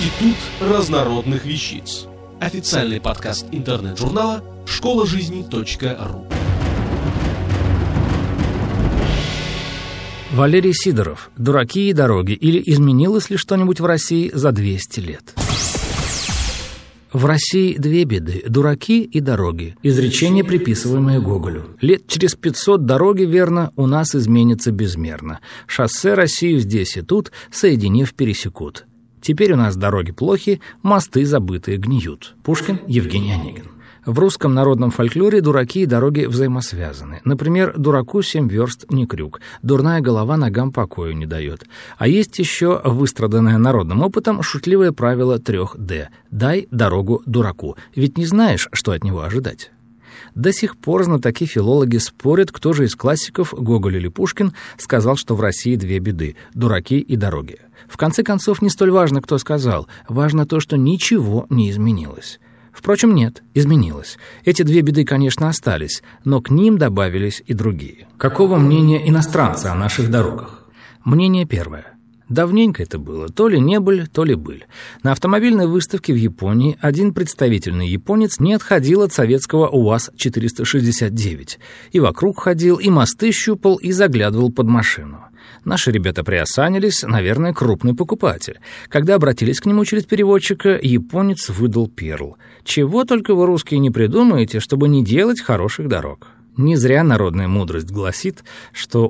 Институт разнородных вещиц. Официальный подкаст интернет-журнала школажизни.ру. Валерий Сидоров. «Дураки и дороги» или «Изменилось ли что-нибудь в России за 200 лет?» В России две беды – дураки и дороги. Изречение, приписываемое Гоголю. Лет через 500 дороги, верно, у нас изменятся безмерно. Шоссе Россию здесь и тут, соединив, пересекут. Теперь у нас дороги плохи, мосты забытые гниют. Пушкин, Евгений Онегин. В русском народном фольклоре дураки и дороги взаимосвязаны. Например, дураку 7 верст не крюк, дурная голова ногам покою не дает. А есть еще выстраданное народным опытом шутливое правило 3D – дай дорогу дураку, ведь не знаешь, что от него ожидать. До сих пор знатоки филологи спорят, кто же из классиков, Гоголь или Пушкин, сказал, что в России две беды – дураки и дороги. В конце концов, не столь важно, кто сказал, важно то, что ничего не изменилось. Впрочем, нет, изменилось. Эти две беды, конечно, остались, но к ним добавились и другие. Каково мнение иностранца о наших дорогах? Мнение первое. Давненько это было, то ли не были, то ли были. На автомобильной выставке в Японии один представительный японец не отходил от советского УАЗ-469. И вокруг ходил, и мосты щупал, и заглядывал под машину. Наши ребята приосанились, наверное, крупный покупатель. Когда обратились к нему через переводчика, японец выдал перл. Чего только вы, русские, не придумаете, чтобы не делать хороших дорог. Не зря народная мудрость гласит, что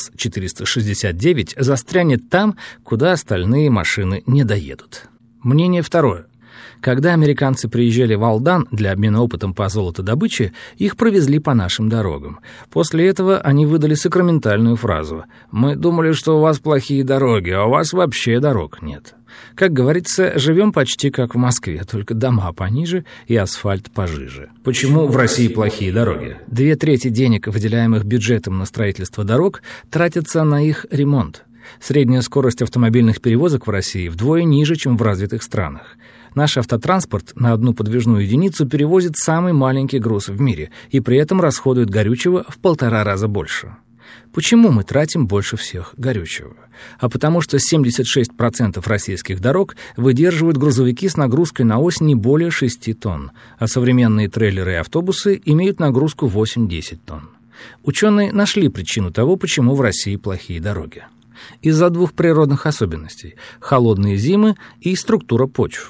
УАЗ-469 застрянет там, куда остальные машины не доедут. Мнение второе. Когда американцы приезжали в Алдан для обмена опытом по золотодобыче, их провезли по нашим дорогам. После этого они выдали сакраментальную фразу: «Мы думали, что у вас плохие дороги, а у вас вообще дорог нет». Как говорится, живем почти как в Москве, только дома пониже и асфальт пожиже. Почему в России плохие дороги? 2/3 денег, выделяемых бюджетом на строительство дорог, тратятся на их ремонт. Средняя скорость автомобильных перевозок в России вдвое ниже, чем в развитых странах. Наш автотранспорт на одну подвижную единицу перевозит самый маленький груз в мире и при этом расходует горючего в 1,5 раза больше. Почему мы тратим больше всех горючего? А потому что 76% российских дорог выдерживают грузовики с нагрузкой на ось не более 6 тонн, а современные трейлеры и автобусы имеют нагрузку 8-10 тонн. Ученые нашли причину того, почему в России плохие дороги. Из-за двух природных особенностей – холодные зимы и структура почв.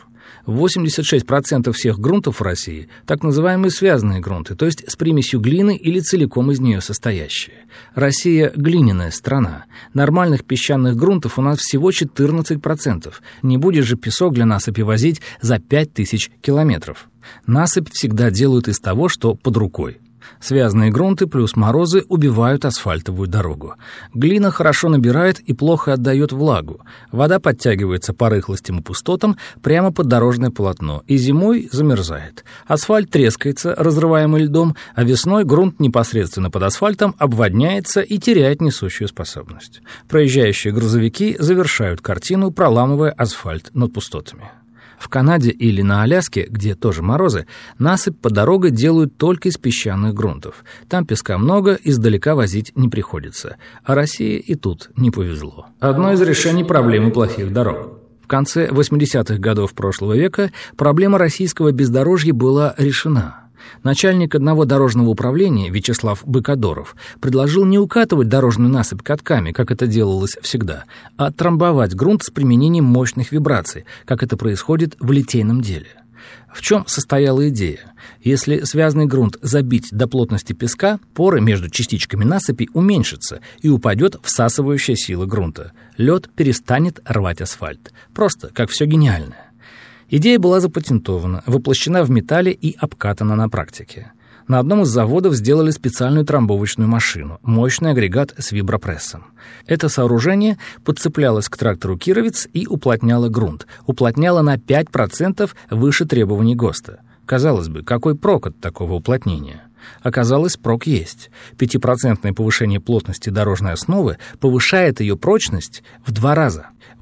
86% всех грунтов в России – так называемые связанные грунты, то есть с примесью глины или целиком из нее состоящие. Россия – глиняная страна. Нормальных песчаных грунтов у нас всего 14%. Не будешь же песок для насыпи возить за 5000 километров. Насыпь всегда делают из того, что под рукой. Связанные грунты плюс морозы убивают асфальтовую дорогу. Глина хорошо набирает и плохо отдает влагу. Вода подтягивается по рыхлостям и пустотам прямо под дорожное полотно и зимой замерзает. Асфальт трескается, разрываемый льдом, а весной грунт непосредственно под асфальтом обводняется и теряет несущую способность. Проезжающие грузовики завершают картину, проламывая асфальт над пустотами. В Канаде или на Аляске, где тоже морозы, насыпь по дороге делают только из песчаных грунтов. Там песка много, издалека возить не приходится. А России и тут не повезло. Одно из решений проблемы плохих дорог. В конце 80-х годов прошлого века проблема российского бездорожья была решена. Начальник одного дорожного управления Вячеслав Быкадоров предложил не укатывать дорожную насыпь катками, как это делалось всегда, а трамбовать грунт с применением мощных вибраций, как это происходит в литейном деле. В чем состояла идея? Если связанный грунт забить до плотности песка, поры между частичками насыпи уменьшатся и упадет всасывающая сила грунта. Лед перестанет рвать асфальт. Просто, как все гениальное. Идея была запатентована, воплощена в металле и обкатана на практике. На одном из заводов сделали специальную трамбовочную машину, мощный агрегат с вибропрессом. Это сооружение подцеплялось к трактору «Кировец» и уплотняло грунт, уплотняло на 5% выше требований ГОСТа. Казалось бы, какой прок от такого уплотнения? Оказалось, прок есть. 5% повышение плотности дорожной основы повышает ее прочность в 2 раза.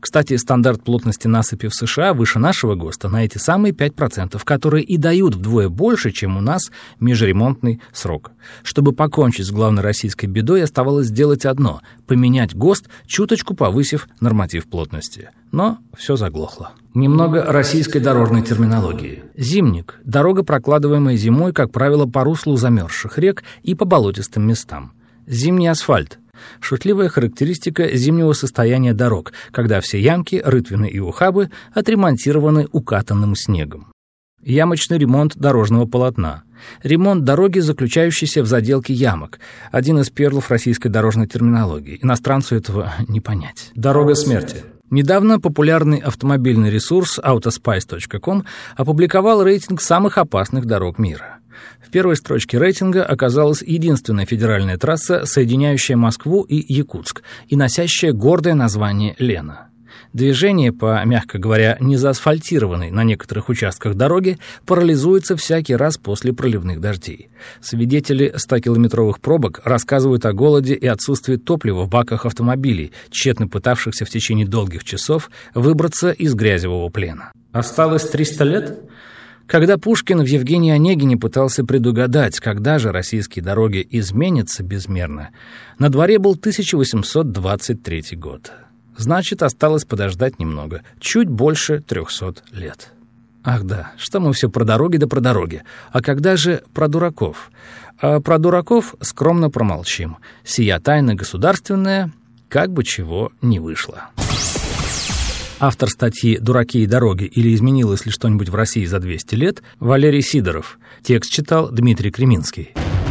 Кстати, стандарт плотности насыпи в США выше нашего ГОСТа на эти самые 5%, которые и дают вдвое больше, чем у нас межремонтный срок. Чтобы покончить с главной российской бедой, оставалось сделать одно – поменять ГОСТ, чуточку повысив норматив плотности. Но все заглохло. Немного российской дорожной терминологии. Зимник – дорога, прокладываемая зимой, как правило, по руслу замерзших рек и по болотистым местам. Зимний асфальт – шутливая характеристика зимнего состояния дорог, когда все ямки, рытвины и ухабы отремонтированы укатанным снегом. Ямочный ремонт дорожного полотна. Ремонт дороги, заключающийся в заделке ямок. Один из перлов российской дорожной терминологии. Иностранцу этого не понять. Дорога смерти. Недавно популярный автомобильный ресурс autospice.com опубликовал рейтинг самых опасных дорог мира. В первой строчке рейтинга оказалась единственная федеральная трасса, соединяющая Москву и Якутск и носящая гордое название Лена. Движение по, мягко говоря, незаасфальтированной на некоторых участках дороги парализуется всякий раз после проливных дождей. Свидетели 100-километровых пробок рассказывают о голоде и отсутствии топлива в баках автомобилей, тщетно пытавшихся в течение долгих часов выбраться из грязевого плена. Осталось 300 лет? Когда Пушкин в Евгении Онегине пытался предугадать, когда же российские дороги изменятся безмерно, на дворе был 1823 год. Значит, осталось подождать немного, чуть больше 300 лет. Ах да, что мы все про дороги да про дороги. А когда же про дураков? А про дураков скромно промолчим. Сия тайна государственная, как бы чего не вышло. Автор статьи «Дураки и дороги» или «Изменилось ли что-нибудь в России за 200 лет» Валерий Сидоров. Текст читал Дмитрий Креминский.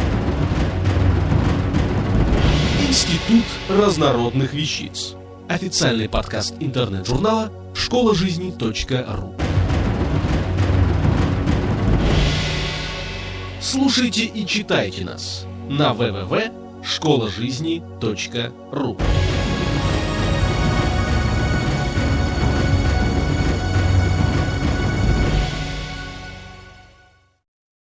Институт разнородных вещиц. Официальный подкаст интернет-журнала школажизни.ру. Слушайте и читайте нас на www.школажизни.ру.